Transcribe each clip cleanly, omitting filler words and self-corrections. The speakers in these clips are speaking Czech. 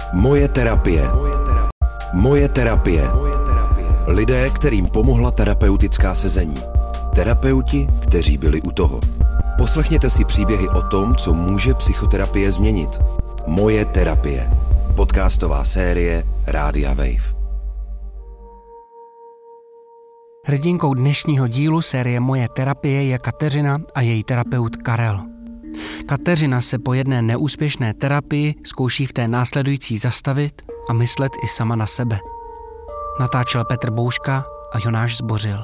Moje terapie. Moje terapie. Lidé, kterým pomohla terapeutická sezení. Terapeuti, kteří byli u toho. Poslechněte si příběhy o tom, co může psychoterapie změnit. Moje terapie. Podcastová série Rádia Wave. Hrdinkou dnešního dílu série Moje terapie je Kateřina a její terapeut Karel. Kateřina se po jedné neúspěšné terapii zkouší v té následující zastavit a myslet i sama na sebe. Natáčel Petr Bouška a Jonáš Zbořil.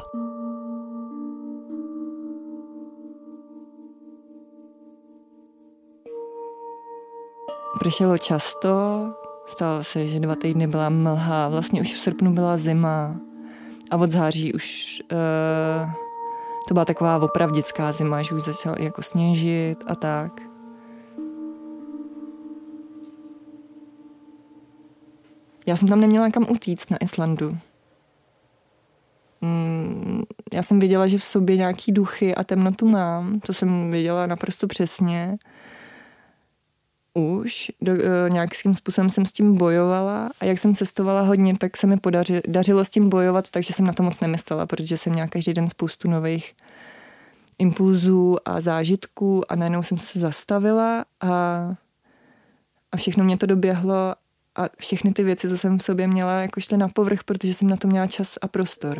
Pršelo často, stalo se, že 2 týdny byla mlha, vlastně už v srpnu byla zima a od září už to byla taková opravdická zima, že už začalo jako sněžit a tak. Já jsem tam neměla kam utíct na Islandu. Já jsem věděla, že v sobě nějaký duchy a temnotu mám, to jsem věděla naprosto přesně. Už nějakým způsobem jsem s tím bojovala a jak jsem cestovala hodně, tak se mi dařilo s tím bojovat, takže jsem na to moc nemyslela, protože jsem měla každý den spoustu nových impulzů a zážitků a najednou jsem se zastavila a všechno mě to doběhlo a všechny ty věci, co jsem v sobě měla, jako šly na povrch, protože jsem na to měla čas a prostor.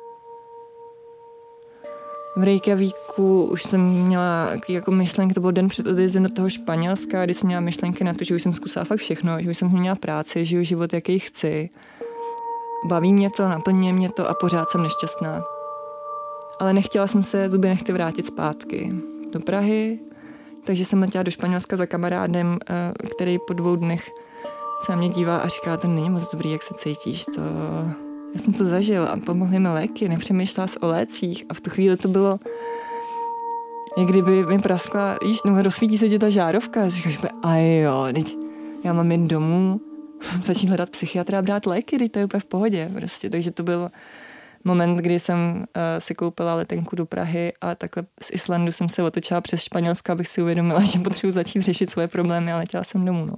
V Reykjavíku už jsem měla jako myšlenky, to byl den před odjezdem do toho Španělska, kdy jsem měla myšlenky na to, že už jsem zkusila fakt všechno, že už jsem měla práci, žiju život, jaký chci. Baví mě to, naplňuje mě to a pořád jsem nešťastná. Ale nechtěla jsem se zuby nechty vrátit zpátky do Prahy, takže jsem letěla do Španělska za kamarádem, který po 2 dnech se na mě dívá a říká, to není moc dobrý, jak se cítíš, já jsem to zažil a pomohly mi léky, nepřemýšlela o lécích a v tu chvíli to bylo, jak kdyby mi praskla, rozsvítí se ti ta žárovka a říkáš, a jo, teď já mám jít domů, začít hledat psychiatra a brát léky, teď to je úplně v pohodě, prostě, takže to byl moment, kdy jsem si koupila letenku do Prahy a takhle z Islandu jsem se otočila přes Španělsko, abych si uvědomila, že potřebuji začít řešit svoje problémy a letěla jsem domů, no.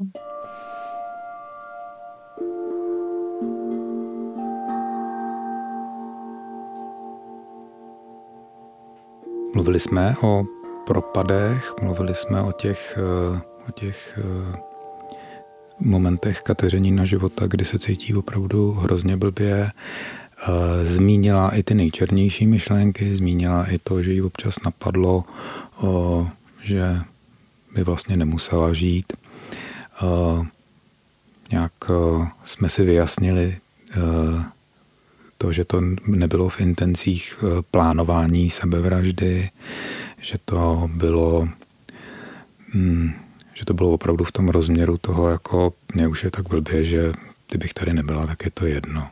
Mluvili jsme o propadech, mluvili jsme o těch momentech Kateřinína života, kdy se cítí opravdu hrozně blbě. Zmínila i ty nejčernější myšlenky, zmínila i to, že jí občas napadlo, že by vlastně nemusela žít. Nějak jsme si vyjasnili to, že to nebylo v intencích plánování sebevraždy, že to bylo opravdu v tom rozměru toho, jako mě už je tak blbě, že kdybych tady nebyla, tak je to jedno.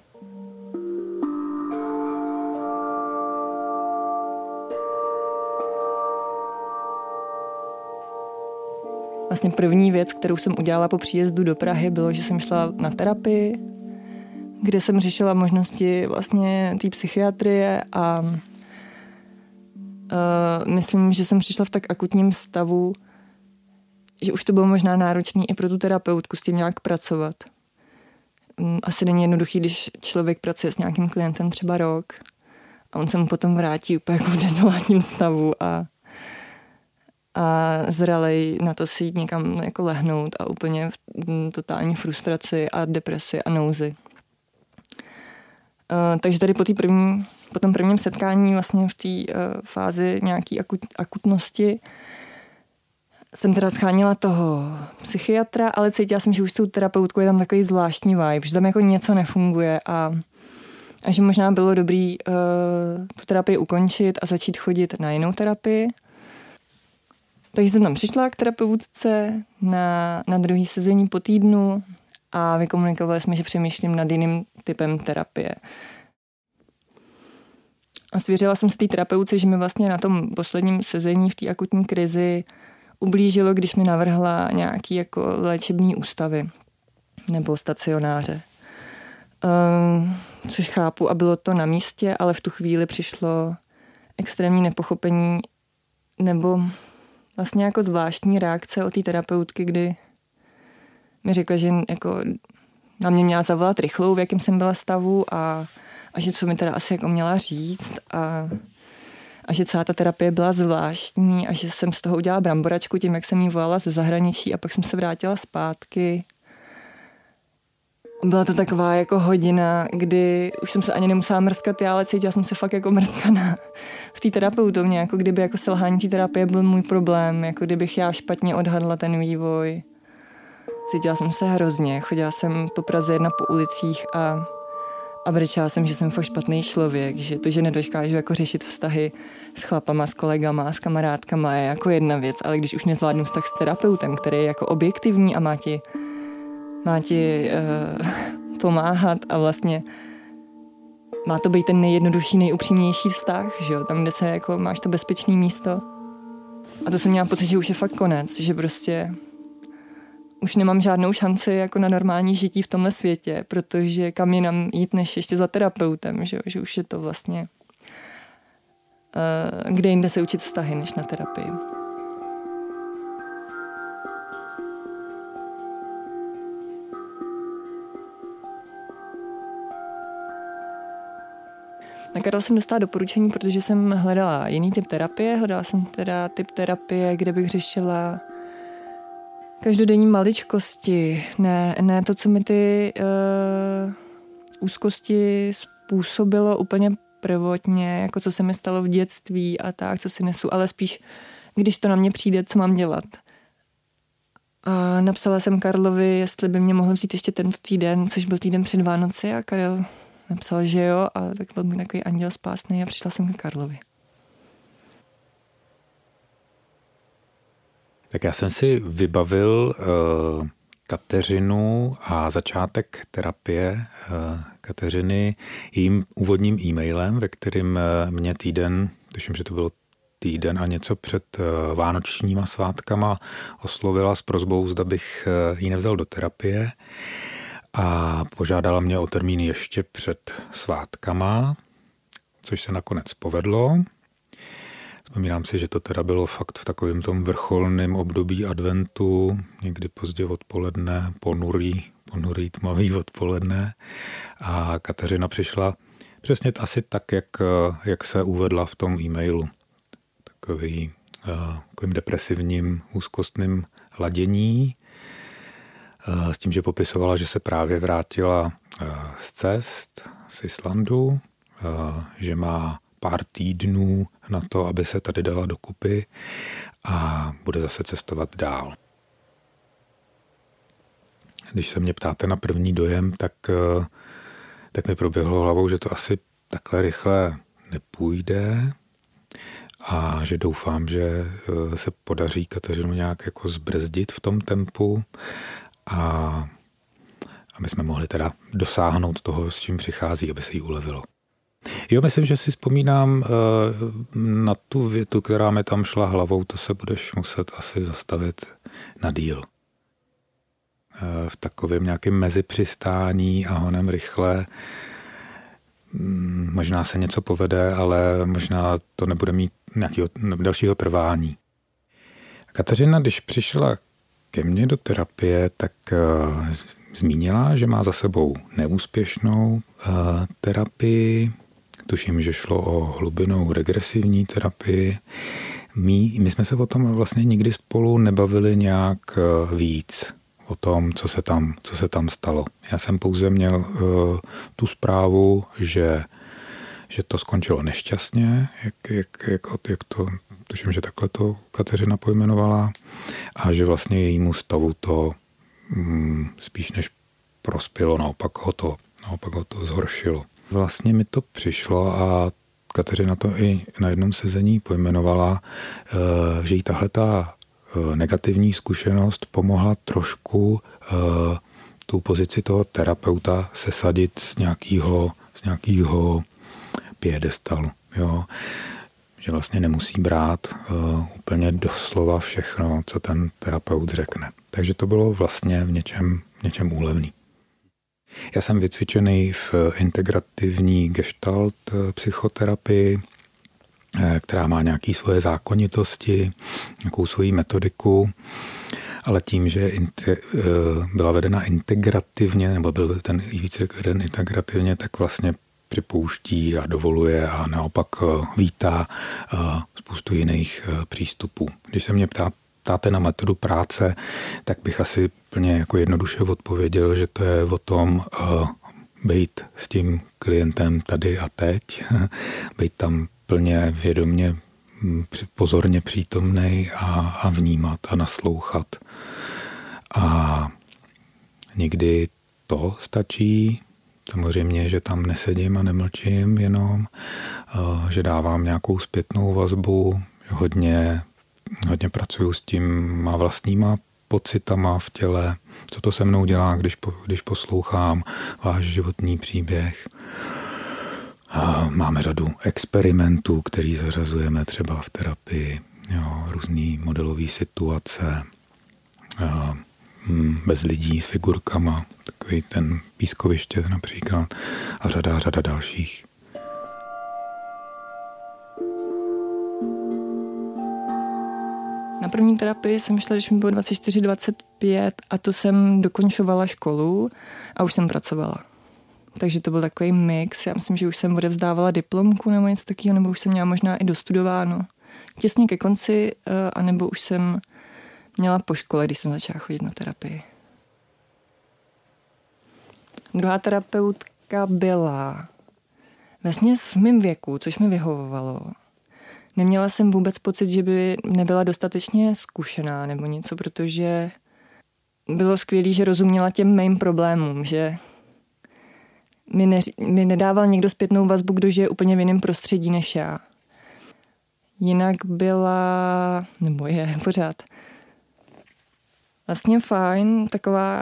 Vlastně první věc, kterou jsem udělala po příjezdu do Prahy, bylo, že jsem šla na terapii, kde jsem řešila možnosti vlastně té psychiatrie a myslím, že jsem přišla v tak akutním stavu, že už to bylo možná náročný i pro tu terapeutku s tím nějak pracovat. Asi není jednoduchý, když člověk pracuje s nějakým klientem třeba rok a on se mu potom vrátí úplně jako v dezolátním stavu a zralej na to si jít někam jako lehnout a úplně v totální frustraci a depresi a nouzi. Takže tady po tom prvním setkání vlastně v té fázi nějaký akutnosti jsem teda schánila toho psychiatra, ale cítila jsem, že už s tou terapeutkou je tam takový zvláštní vibe, že tam jako něco nefunguje a že možná bylo dobrý tu terapii ukončit a začít chodit na jinou terapii. Takže jsem tam přišla k terapeutce na druhý sezení po týdnu a vykomunikovali jsme, že přemýšlím nad jiným typem terapie. A svěřila jsem se té terapeutce, že mi vlastně na tom posledním sezení v té akutní krizi ublížilo, když mi navrhla nějaký jako léčebný ústavy nebo stacionáře. Což chápu a bylo to na místě, ale v tu chvíli přišlo extrémní nepochopení nebo vlastně jako zvláštní reakce od té terapeutky, kdy mi řekla, že jako na mě měla zavolat rychlou, v jakém jsem byla stavu a že co mi teda asi jako měla říct a že celá ta terapie byla zvláštní a že jsem z toho udělala bramboračku tím, jak jsem jí volala ze zahraničí a pak jsem se vrátila zpátky. Byla to taková jako hodina, kdy už jsem se ani nemusela mrskat, ale cítila jsem se fakt jako mrskaná v té terapeutovně, jako kdyby jako selhání té terapie byl můj problém, jako kdybych já špatně odhadla ten vývoj. Cítila jsem se hrozně, chodila jsem po Praze jedna po ulicích a brečela jsem, že jsem fakt špatný člověk, že to, že nedokážu jako řešit vztahy s chlapama, s kolegama, s kamarádkama je jako jedna věc, ale když už nezvládnu vztah s terapeutem, který je jako objektivní a má ti pomáhat a vlastně má to být ten nejjednodušší, nejupřímnější vztah, že jo? Tam, kde se jako máš to bezpečné místo. A to jsem měla pocit, že už je fakt konec, že prostě už nemám žádnou šanci jako na normální žití v tomhle světě, protože kam jinam jít než ještě za terapeutem, že už je to vlastně kde jinde se učit vztahy než na terapii. Na Karel jsem dostala doporučení, protože jsem hledala jiný typ terapie. Hledala jsem teda typ terapie, kde bych řešila každodenní maličkosti. Ne to, co mi ty úzkosti způsobilo úplně prvotně, jako co se mi stalo v dětství a tak, co si nesu, ale spíš, když to na mě přijde, co mám dělat. A napsala jsem Karlovi, jestli by mě mohl vzít ještě tento týden, což byl týden před Vánoci a Karel napsal, že jo, a tak byl můj takový anděl spásný a přišla jsem k Karlovi. Tak já jsem si vybavil Kateřinu a začátek terapie Kateřiny jejím úvodním e-mailem, ve kterým mě týden, tuším, že to bylo týden a něco před vánočníma svátkama, oslovila s prosbou, zda bych ji nevzal do terapie. A požádala mě o termín ještě před svátkama, což se nakonec povedlo. Vzpomínám si, že to teda bylo fakt v takovém tom vrcholném období adventu, někdy pozdě odpoledne, ponurý tmavý odpoledne. A Kateřina přišla přesně asi tak, jak se uvedla v tom e-mailu. Takovým depresivním, úzkostným ladění, s tím, že popisovala, že se právě vrátila z cest z Islandu, že má pár týdnů na to, aby se tady dala dokupy a bude zase cestovat dál. Když se mě ptáte na první dojem, tak mi proběhlo hlavou, že to asi takhle rychle nepůjde a že doufám, že se podaří Kateřinu nějak jako zbrzdit v tom tempu a aby jsme mohli teda dosáhnout toho, s čím přichází, aby se jí ulevilo. Jo, myslím, že si vzpomínám na tu větu, která mi tam šla hlavou, to se budeš muset asi zastavit na díl. V takovém nějakém mezipřistání a honem rychle. Možná se něco povede, ale možná to nebude mít nějakého dalšího trvání. Kateřina, když přišla ke mně do terapie, tak zmínila, že má za sebou neúspěšnou terapii. Tuším, že šlo o hlubinnou regresivní terapii. My jsme se o tom vlastně nikdy spolu nebavili nějak víc o tom, co se tam stalo. Já jsem pouze měl tu zprávu, že to skončilo nešťastně, jak to, tuším, že takhle to Kateřina pojmenovala, a že vlastně jejímu stavu to spíš než prospělo, naopak ho to zhoršilo. Vlastně mi to přišlo a Kateřina to i na jednom sezení pojmenovala, že jí tahleta negativní zkušenost pomohla trošku tu pozici toho terapeuta sesadit z nějakého piedestalu. Jo? Že vlastně nemusí brát úplně doslova všechno, co ten terapeut řekne. Takže to bylo vlastně v něčem úlevný. Já jsem vycvičený v integrativní gestalt psychoterapii, která má nějaké svoje zákonitosti, nějakou svoji metodiku. ale tím, že byla vedena integrativně, nebo byl ten více veden integrativně, tak vlastně připouští a dovoluje a naopak vítá spoustu jiných přístupů. Když se mě ptáte na metodu práce, tak bych asi plně jako jednoduše odpověděl, že to je o tom být s tím klientem tady a teď, být tam plně vědomě, pozorně přítomnej a vnímat a naslouchat. A někdy to stačí, samozřejmě, že tam nesedím a nemlčím jenom, že dávám nějakou zpětnou vazbu, hodně pracuju s těma vlastníma pocitama v těle, co to se mnou dělá, když poslouchám váš životní příběh. Máme řadu experimentů, který zařazujeme třeba v terapii, různý modelové situace, bez lidí s figurkama, takový ten pískoviště například a řada dalších. Na první terapii jsem šla, když mi bylo 24-25 a to jsem dokončovala školu a už jsem pracovala. Takže to byl takový mix. Já myslím, že už jsem odevzdávala diplomku nebo něco takového, nebo už jsem měla možná i dostudováno těsně ke konci, anebo už jsem měla po škole, když jsem začala chodit na terapii. Druhá terapeutka byla vesměs v mém věku, což mi vyhovovalo. Neměla jsem vůbec pocit, že by nebyla dostatečně zkušená nebo něco, protože bylo skvělé, že rozuměla těm mým problémům, že mi nedával někdo zpětnou vazbu, kdo žije úplně v jiném prostředí než já. Jinak byla, nebo je pořád, vlastně fajn, taková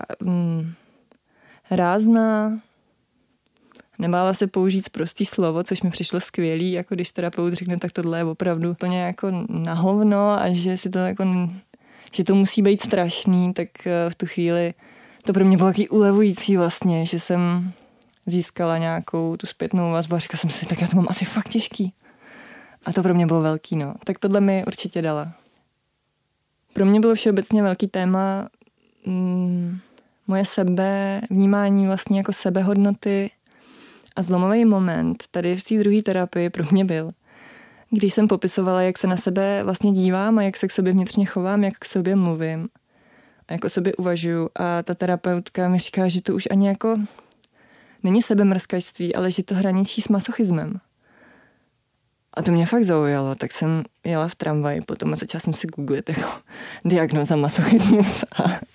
rázná, nebála se použít prostý slovo, což mi přišlo skvělý, jako když terapeut řekne, tak tohle je opravdu úplně jako na hovno a že si to jako, že to musí být strašný, tak v tu chvíli to pro mě bylo taky ulevující vlastně, že jsem získala nějakou tu zpětnou vazbu a říkala jsem si, tak já to mám asi fakt těžký. A to pro mě bylo velký, no. Tak tohle mi určitě dala. Pro mě bylo všeobecně velký téma moje vnímání vlastně jako sebehodnoty a zlomový moment tady v té druhé terapii pro mě byl, když jsem popisovala, jak se na sebe vlastně dívám a jak se k sobě vnitřně chovám, jak k sobě mluvím a jak o sobě uvažuju. A ta terapeutka mi říká, že to už ani jako není sebemrskačství, ale že to hraničí s masochismem. A to mě fakt zaujalo, tak jsem jela v tramvaji potom a začala jsem si googlit jako diagnóza masochismus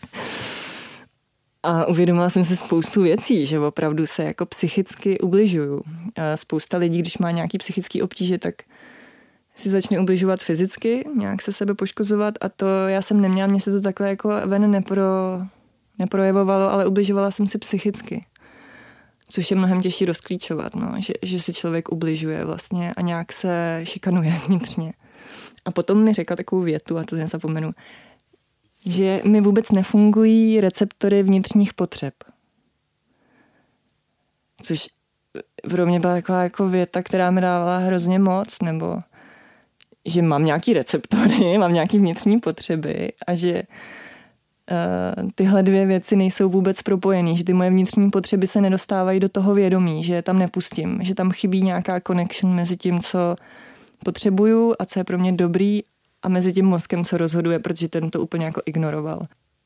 a uvědomila jsem si spoustu věcí, že opravdu se jako psychicky ubližuju. A spousta lidí, když má nějaký psychický obtíže, tak si začne ubližovat fyzicky, nějak se sebe poškozovat a to já jsem neměla, mně se to takhle jako ven neprojevovalo, ale ubližovala jsem si psychicky. Což je mnohem těžší rozklíčovat, no, že si člověk ubližuje vlastně a nějak se šikanuje vnitřně. A potom mi řekla takovou větu, a to nezapomenu, že mi vůbec nefungují receptory vnitřních potřeb. Což pro mě byla taková jako věta, která mi dávala hrozně moc, nebo že mám nějaký receptory, mám nějaký vnitřní potřeby a že tyhle dvě věci nejsou vůbec propojený, že ty moje vnitřní potřeby se nedostávají do toho vědomí, že je tam nepustím, že tam chybí nějaká connection mezi tím, co potřebuju a co je pro mě dobrý a mezi tím mozkem, co rozhoduje, protože ten to úplně jako ignoroval.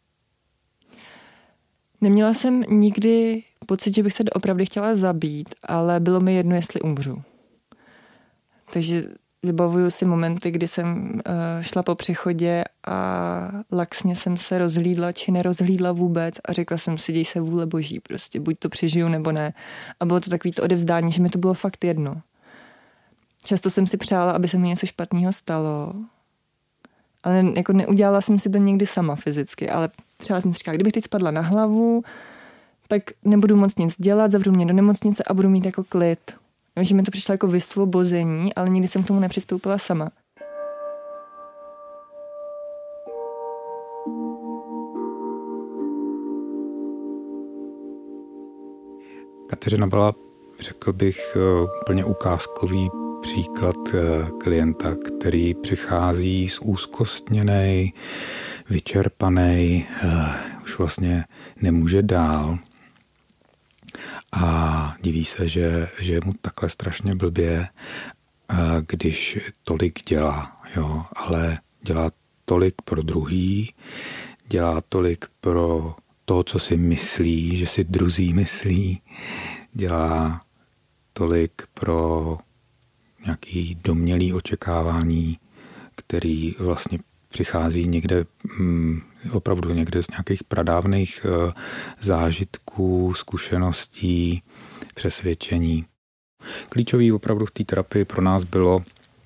Neměla jsem nikdy pocit, že bych se opravdu chtěla zabít, ale bylo mi jedno, jestli umřu. Takže vybavuju si momenty, kdy jsem šla po přechodě a laxně jsem se rozhlídla či nerozhlídla vůbec a řekla jsem si, děj se vůle boží, prostě buď to přežiju nebo ne. A bylo to takový to odevzdání, že mi to bylo fakt jedno. Často jsem si přála, aby se mi něco špatného stalo, ale jako neudělala jsem si to někdy sama fyzicky, ale třeba jsem si říkala, kdybych teď spadla na hlavu, tak nebudu moc nic dělat, zavřu mě do nemocnice a budu mít jako klid. Že mi to přišlo jako vysvobození, ale nikdy jsem k tomu nepřistoupila sama. Kateřina byla, řekl bych, úplně ukázkový příklad klienta, který přichází z úzkostněnej, vyčerpaný, už vlastně nemůže dál a diví se, že je mu takhle strašně blbě, když tolik dělá, jo, ale dělá tolik pro druhý, dělá tolik pro to, co si myslí, že si druzí myslí, dělá tolik pro nějaký domnělý očekávání, který vlastně přichází někde, opravdu někde z nějakých pradávných zážitků, zkušeností, přesvědčení. Klíčový opravdu v té terapii pro nás bylo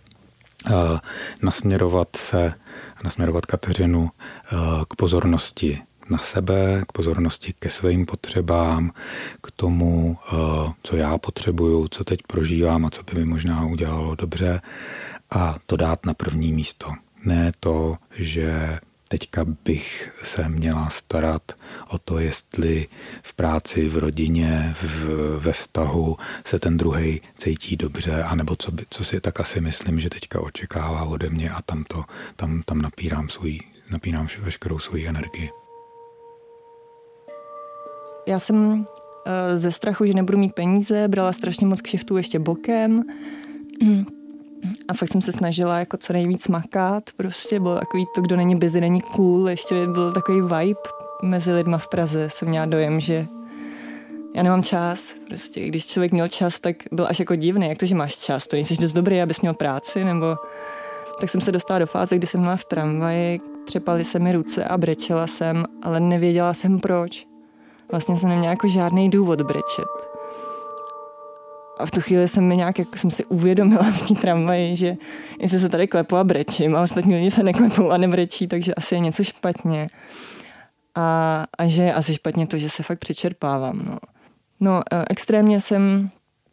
nasměrovat Kateřinu k pozornosti na sebe, k pozornosti ke svým potřebám, k tomu, co já potřebuju, co teď prožívám a co by mi možná udělalo dobře a to dát na první místo. Ne to, že teďka bych se měla starat o to, jestli v práci, v rodině, ve vztahu se ten druhej cítí dobře, anebo co si tak asi myslím, že teďka očekává ode mě a tam napínám veškerou svoji energii. Já jsem ze strachu, že nebudu mít peníze, brala strašně moc kšeftů ještě bokem a fakt jsem se snažila jako co nejvíc makat, prostě bylo takový to, kdo není busy, není cool, ještě byl takový vibe mezi lidma v Praze, jsem měla dojem, že já nemám čas, prostě když člověk měl čas, tak byl až jako divný, jak to, že máš čas, to nejsi dost dobrý, abys měl práci, nebo tak jsem se dostala do fáze, kdy jsem byla v tramvaji, třepaly se mi ruce a brečela jsem, ale nevěděla jsem proč. Vlastně jsem neměla jako žádný důvod brečet. A v tu chvíli jsem si uvědomila v té tramvaji, že jestli se tady klepu a brečím a ostatní lidi se neklepou a nebrečí, takže asi je něco špatně. A že je asi špatně to, že se fakt přečerpávám. No extrémně jsem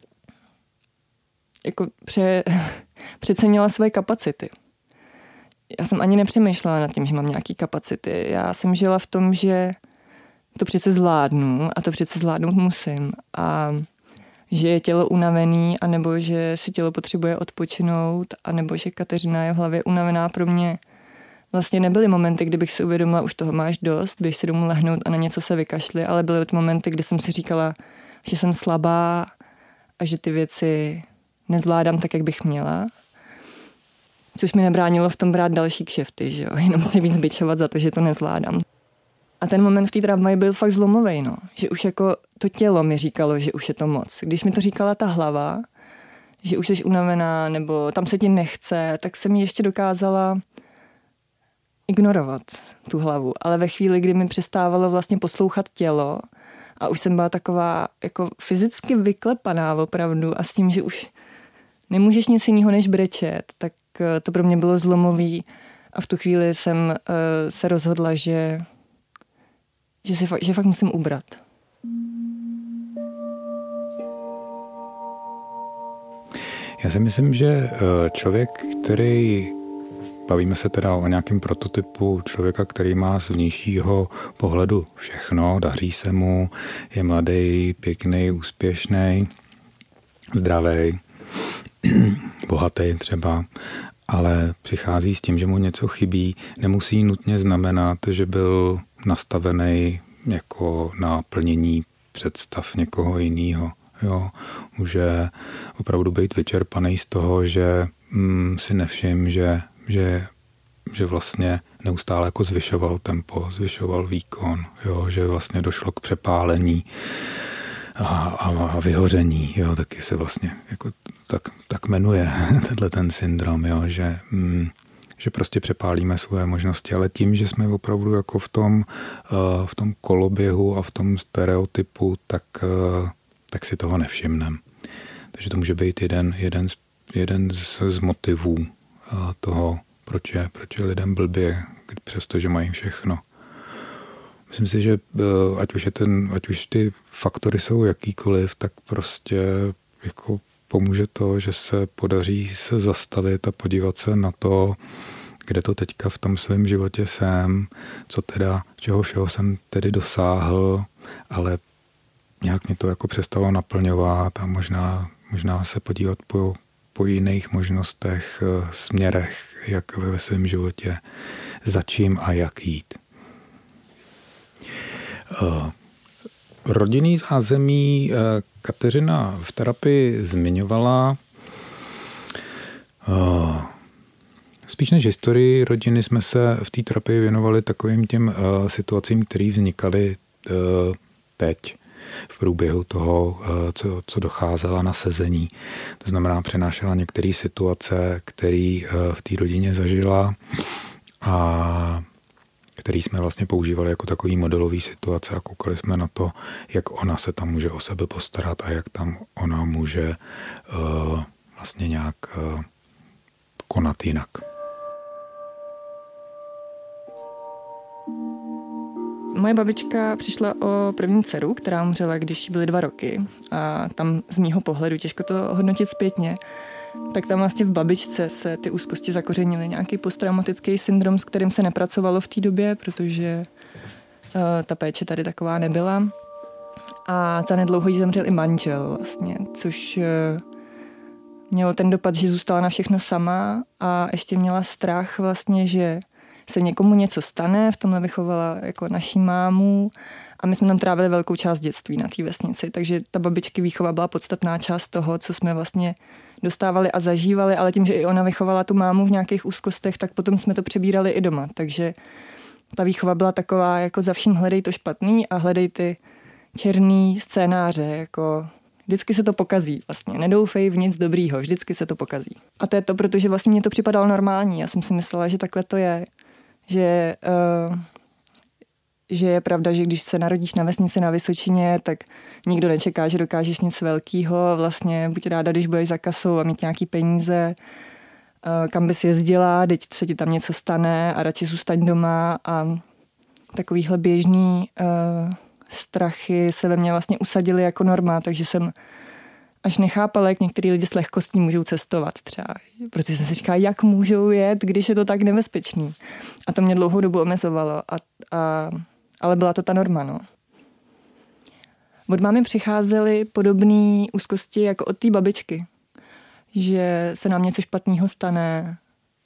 jako přecenila své kapacity. Já jsem ani nepřemýšlela nad tím, že mám nějaké kapacity. Já jsem žila v tom, že to přece zvládnu a to přece zvládnout musím. A že je tělo unavený, anebo že si tělo potřebuje odpočinout, anebo že Kateřina je v hlavě unavená. Pro mě vlastně nebyly momenty, kdy bych si uvědomila, už toho máš dost, běž si domů lehnout a na něco se vykašli, ale byly momenty, kdy jsem si říkala, že jsem slabá a že ty věci nezvládám tak, jak bych měla. Což mi nebránilo v tom brát další kšefty, že jo? Jenom si víc bičovat za to, že to nezvládám. A ten moment v té tramvaji byl fakt zlomovej, že už jako to tělo mi říkalo, že už je to moc. Když mi to říkala ta hlava, že už jsi unavená nebo tam se ti nechce, tak jsem ji ještě dokázala ignorovat tu hlavu. Ale ve chvíli, kdy mi přestávalo vlastně poslouchat tělo a už jsem byla taková jako fyzicky vyklepaná opravdu a s tím, že už nemůžeš nic jiného než brečet, tak to pro mě bylo zlomový a v tu chvíli jsem se rozhodla, že fakt musím ubrat. Já si myslím, že člověk, který, bavíme se teda o nějakém prototypu člověka, který má z vnějšího pohledu všechno, daří se mu, je mladý, pěkný, úspěšný, zdravý, bohatý třeba, ale přichází s tím, že mu něco chybí, nemusí nutně znamenat, že byl nastavený jako na plnění představ někoho jiného. Jo, může opravdu být vyčerpaný z toho, že si nevšim, že vlastně neustále jako zvyšoval tempo, zvyšoval výkon, jo, že vlastně došlo k přepálení a vyhoření, jo, taky se vlastně jako tak jmenuje tenhle ten syndrom, jo, že prostě přepálíme svoje možnosti, ale tím, že jsme opravdu jako v tom koloběhu a v tom stereotypu, tak si toho nevšimneme. Takže to může být jeden z motivů toho, proč je lidem blbě, přestože mají všechno. Myslím si, že ať už ty faktory jsou jakýkoliv, tak prostě jako pomůže to, že se podaří se zastavit a podívat se na to, kde to teďka v tom svém životě jsem, čeho všeho jsem tedy dosáhl, ale nějak mě to jako přestalo naplňovat a možná se podívat po jiných možnostech, směrech, jak ve svém životě za čím a jak jít. Rodinný zázemí Kateřina v terapii zmiňovala. Spíš než historii rodiny jsme se v té terapii věnovali takovým těm situacím, které vznikaly teď v průběhu toho, co docházela na sezení. To znamená, přenášela některé situace, které v té rodině zažila a který jsme vlastně používali jako takový modelový situace a koukali jsme na to, jak ona se tam může o sebe postarat a jak tam ona může vlastně nějak konat jinak. Moje babička přišla o první dceru, která umřela, když jí byly 2 roky. A tam z mýho pohledu, těžko to hodnotit zpětně, tak tam vlastně v babičce se ty úzkosti zakořenily. Nějaký posttraumatický syndrom, s kterým se nepracovalo v té době, protože ta péče tady taková nebyla. A zanedlouho jí zemřel i manžel vlastně, což mělo ten dopad, že zůstala na všechno sama a ještě měla strach vlastně, že se někomu něco stane, v tomhle vychovala jako naší mámu a my jsme tam trávili velkou část dětství na té vesnici, takže ta babičky výchova byla podstatná část toho, co jsme vlastně dostávali a zažívali, ale tím, že i ona vychovala tu mámu v nějakých úzkostech, tak potom jsme to přebírali i doma, takže ta výchova byla taková, jako za vším hledej to špatný a hledej ty černý scénáře, jako vždycky se to pokazí vlastně, nedoufej v nic dobrýho, vždycky se to pokazí. A to je to, protože vlastně mně to připadalo normální, já jsem si myslela, že takhle to je, že je pravda, že když se narodíš na vesnici na Vysočině, tak nikdo nečeká, že dokážeš nic velkýho. Vlastně buď ráda, když budeš za kasou a mít nějaký peníze, kam bys jezdila, teď se ti tam něco stane a radši zůstaň doma a takovýhle běžný strachy se ve mně vlastně usadily jako norma, takže jsem až nechápala, jak některý lidi s lehkostí můžou cestovat třeba. Protože jsem si říkala, jak můžou jet, když je to tak nebezpečný. A to mě dlouhou dobu omezovalo. Ale byla to ta norma, no. Od mámy přicházely podobné úzkosti jako od té babičky. Že se nám něco špatného stane,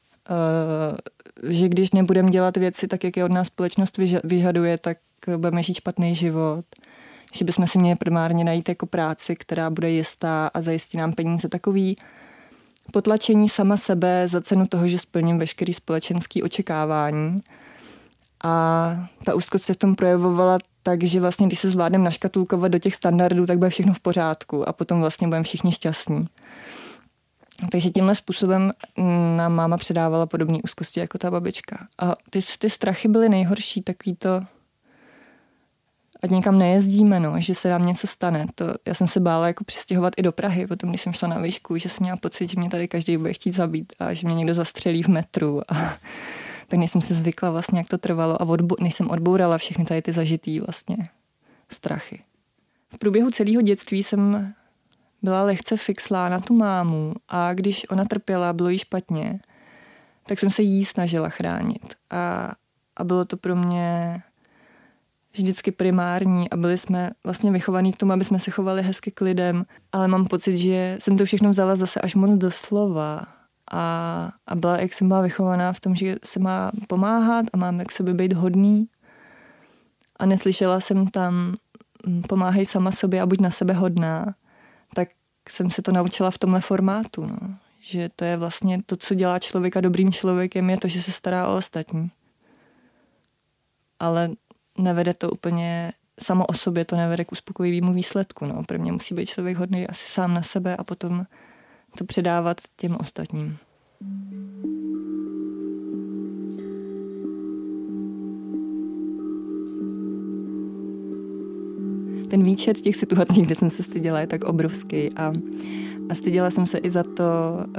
že když nebudeme dělat věci tak, jak je od nás společnost vyžaduje, tak budeme žít špatný život. Že bychom si měli primárně najít jako práci, která bude jistá a zajistí nám peníze. Takový potlačení sama sebe za cenu toho, že splním veškerý společenský očekávání. A ta úzkost se v tom projevovala tak, že vlastně, když se zvládneme naškatulkovat do těch standardů, tak bude všechno v pořádku a potom vlastně budeme všichni šťastní. Takže tímhle způsobem nám máma předávala podobné úzkosti jako ta babička. A ty strachy byly nejhorší, takový to, ať někam nejezdíme, no, že se nám něco stane. Já jsem se bála jako přistěhovat i do Prahy, potom když jsem šla na výšku, že jsem měla pocit, že mě tady každý bude chtít zabít a že mě někdo zastřelí v metru. Tak nejsem si zvykla vlastně, jak to trvalo a než jsem odbourala všechny tady ty zažitý vlastně strachy. V průběhu celého dětství jsem byla lehce fixlá na tu mámu a když ona trpěla, bylo jí špatně, tak jsem se jí snažila chránit. A bylo to pro mě vždycky primární a byli jsme vlastně vychovaní k tomu, aby jsme se chovali hezky k lidem, ale mám pocit, že jsem to všechno vzala zase až moc doslova a byla, jak jsem byla vychovaná v tom, že se má pomáhat a máme k sobě být hodný a neslyšela jsem tam pomáhej sama sobě a buď na sebe hodná, tak jsem se to naučila v tomhle formátu, no. Že to je vlastně to, co dělá člověka dobrým člověkem, je to, že se stará o ostatní. Ale nevede to úplně, samo o sobě to nevede k uspokojivému výsledku. No. Pro mě musí být člověk hodný asi sám na sebe a potom to předávat těm ostatním. Ten výčet těch situací, kde jsem se styděla, je tak obrovský a styděla jsem se i za to,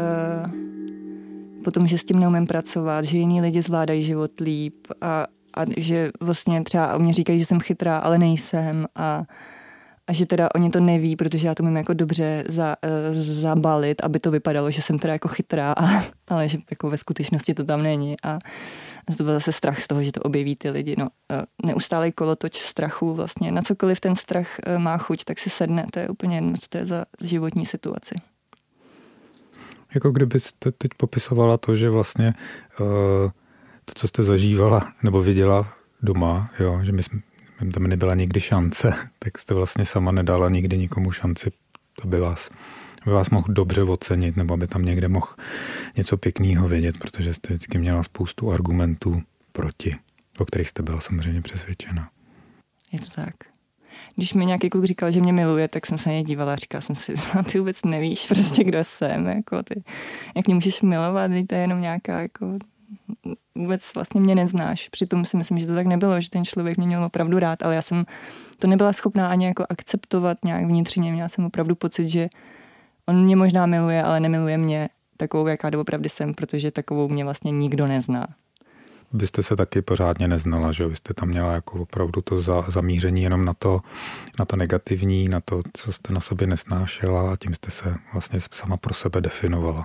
potom, že s tím neumím pracovat, že jiní lidi zvládají život líp a že vlastně třeba o mě říkají, že jsem chytrá, ale nejsem a že teda oni to neví, protože já to umím jako dobře zabalit, aby to vypadalo, že jsem teda jako chytrá, ale že jako ve skutečnosti to tam není a to byl zase strach z toho, že to objeví ty lidi. No, neustálej kolotoč strachu vlastně. Na cokoliv ten strach má chuť, tak si sedne. To je úplně jedno, co to je za životní situaci. Jako kdybyste teď popisovala to, že vlastně to, co jste zažívala nebo viděla doma, jo, že tam nebyla nikdy šance, tak jste vlastně sama nedala nikdy nikomu šanci, aby vás mohl dobře ocenit, nebo aby tam někde mohl něco pěkného vědět, protože jste vždycky měla spoustu argumentů proti, o kterých jste byla samozřejmě přesvědčena. Je to tak. Když mi nějaký kluk říkal, že mě miluje, tak jsem se na něj dívala a říkala jsem si, ty vůbec nevíš prostě, kdo jsem, jako ty, jak mě můžeš milovat, to je jenom nějaká, jako, vůbec vlastně mě neznáš. Přitom si myslím, že to tak nebylo, že ten člověk mě měl opravdu rád, ale já jsem to nebyla schopná ani jako akceptovat nějak vnitřně. Měla jsem opravdu pocit, že on mě možná miluje, ale nemiluje mě takovou, jaká doopravdy jsem, protože takovou mě vlastně nikdo nezná. Byste se taky pořádně neznala, že? Vy jste tam měla jako opravdu to zamíření jenom na to negativní, na to, co jste na sobě nesnášela a tím jste se vlastně sama pro sebe definovala.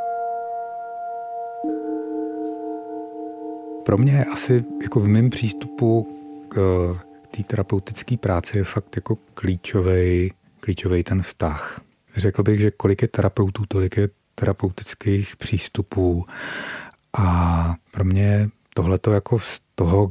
Pro mě je asi jako v mém přístupu k té terapeutické práci je fakt jako klíčovej ten vztah. Řekl bych, že kolik je terapeutů, tolik je terapeutických přístupů a pro mě tohleto jako z toho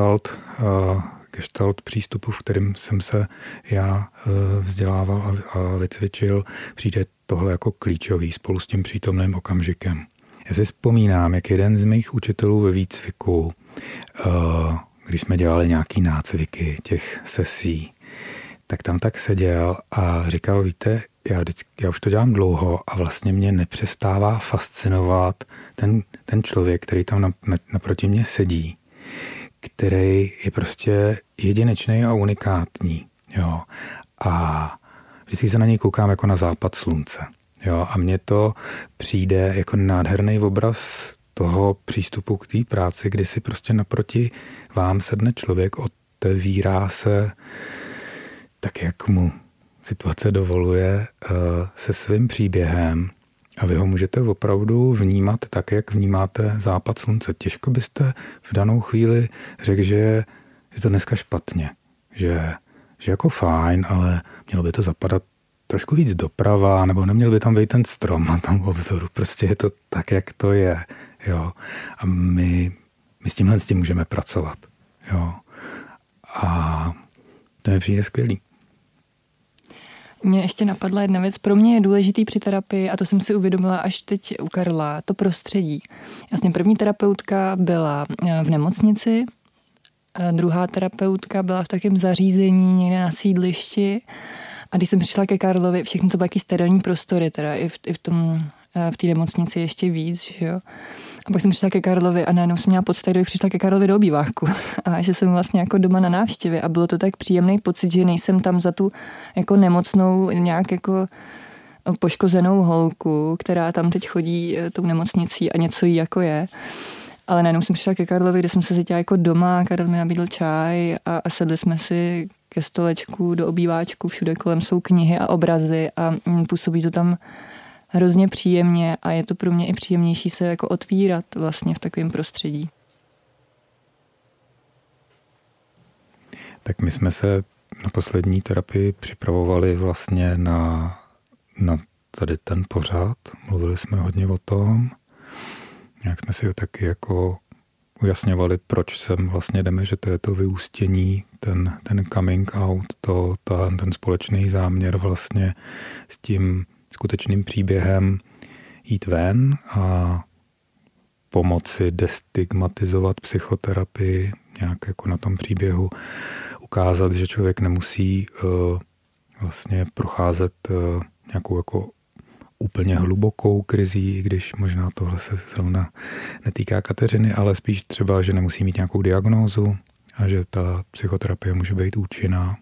gestalt přístupu, v kterým jsem se já vzdělával a vycvičil, přijde tohle jako klíčový spolu s tím přítomným okamžikem. Já si vzpomínám, jak jeden z mých učitelů ve výcviku, když jsme dělali nějaký nácviky těch sesí, tak tam tak seděl a říkal, víte, já už to dělám dlouho a vlastně mě nepřestává fascinovat ten člověk, který tam naproti mě sedí, který je prostě jedinečný a unikátní. Jo. A vždycky se na něj koukám jako na západ slunce. Jo. A mně to přijde jako nádherný obraz toho přístupu k té práci, kdy si prostě naproti vám sedne člověk, otevírá se tak, jak mu situace dovoluje, se svým příběhem a vy ho můžete opravdu vnímat tak, jak vnímáte západ slunce. Těžko byste v danou chvíli řekl, že je to dneska špatně, že jako fajn, ale mělo by to zapadat trošku víc doprava, nebo neměl by tam být ten strom na tom obzoru. Prostě je to tak, jak to je. Jo. A my s tímhle můžeme pracovat. Jo. A to mi přijde skvělý. Mně ještě napadla jedna věc. Pro mě je důležitý při terapii, a to jsem si uvědomila až teď u Karla, to prostředí. Jasně, první terapeutka byla v nemocnici, a druhá terapeutka byla v takém zařízení někde na sídlišti. A když jsem přišla ke Karlovi, všechno to byly taky sterilní prostory, teda v té nemocnici ještě víc, že jo. A pak jsem přišla ke Karlovi a najednou jsem měla pocit, že přišla ke Karlovi do obýváku a že jsem vlastně jako doma na návštěvě a bylo to tak příjemný pocit, že nejsem tam za tu jako nemocnou, nějak jako poškozenou holku, která tam teď chodí tou nemocnicí a něco jí jako je. Ale najednou jsem přišla ke Karlovi, kde jsem se cítila jako doma, Karel mi nabídl čaj a sedli jsme si ke stolečku, do obýváčku, všude kolem jsou knihy a obrazy a působí to tam hrozně příjemně a je to pro mě i příjemnější se jako otvírat vlastně v takovém prostředí. Tak my jsme se na poslední terapii připravovali vlastně na tady ten pořad. Mluvili jsme hodně o tom, jak jsme si taky jako ujasňovali, proč sem vlastně jdeme, že to je to vyústění, ten coming out, ten společný záměr vlastně s tím skutečným příběhem jít ven a pomoci destigmatizovat psychoterapii, nějak jako na tom příběhu ukázat, že člověk nemusí vlastně procházet nějakou jako úplně hlubokou krizí, i když možná tohle se zrovna netýká Kateřiny, ale spíš třeba, že nemusí mít nějakou diagnózu a že ta psychoterapie může být účinná.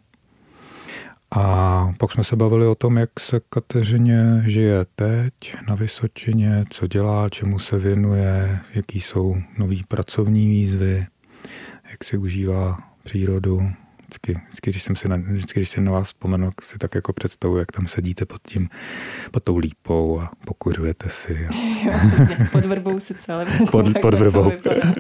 A pak jsme se bavili o tom, jak se Kateřině žije teď na Vysočině, co dělá, čemu se věnuje, jaký jsou nový pracovní výzvy, jak si užívá přírodu. Vždycky, když si na vás vzpomenu, si tak jako představuji, jak tam sedíte pod tou lípou a pokuřujete si. A... Jo, pod vrbou sice, ale pod vrbou.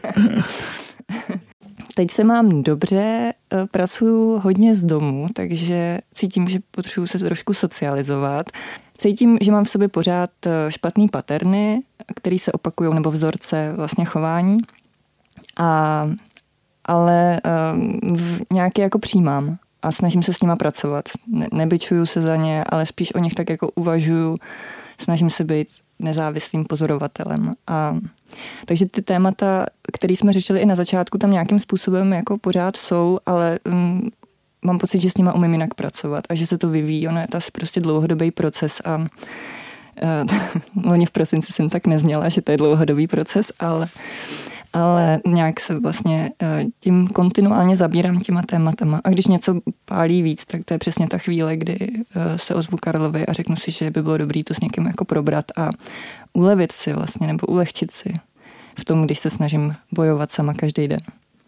Teď se mám dobře, pracuju hodně z domu, takže cítím, že potřebuji se trošku socializovat. Cítím, že mám v sobě pořád špatný paterny, které se opakují, nebo vzorce vlastně chování. Ale nějaké jako přijímám a snažím se s nima pracovat. Nebičuju se za ně, ale spíš o nich tak jako uvažuju, snažím se být nezávislým pozorovatelem. Takže ty témata, které jsme řešili i na začátku, tam nějakým způsobem jako pořád jsou, ale mám pocit, že s nima umím jinak pracovat a že se to vyvíjí. Ono je to prostě dlouhodobý proces a loni v prosinci jsem tak nezněla, že to je dlouhodobý proces, ale nějak se vlastně tím kontinuálně zabírám těma tématama. A když něco pálí víc, tak to je přesně ta chvíle, kdy se ozvu Karlovi a řeknu si, že by bylo dobré to s někým jako probrat a ulevit si vlastně, nebo ulehčit si v tom, když se snažím bojovat sama každý den.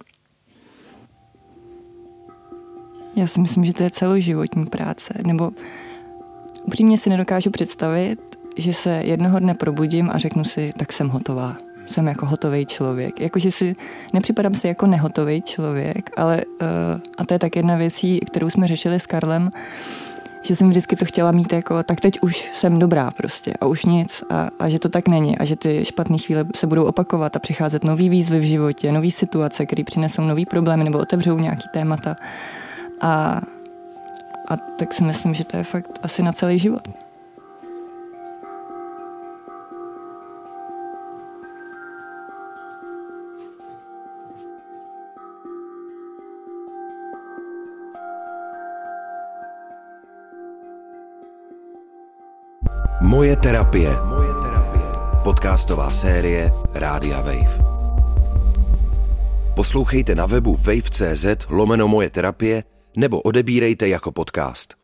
Já si myslím, že to je celoživotní práce, nebo upřímně si nedokážu představit, že se jednoho dne probudím a řeknu si, tak jsem hotová. Jsem jako hotový člověk. Jakože si nepřipadám si jako nehotový člověk, ale a to je tak jedna věcí, kterou jsme řešili s Karlem, že jsem vždycky to chtěla mít jako, tak teď už jsem dobrá prostě a už nic a že to tak není a že ty špatné chvíle se budou opakovat a přicházet nový výzvy v životě, nový situace, které přinesou nový problémy nebo otevřou nějaký témata a tak si myslím, že to je fakt asi na celý život. Moje terapie. Podcastová série Rádia Wave. Poslouchejte na webu wave.cz/moje terapie nebo odebírejte jako podcast.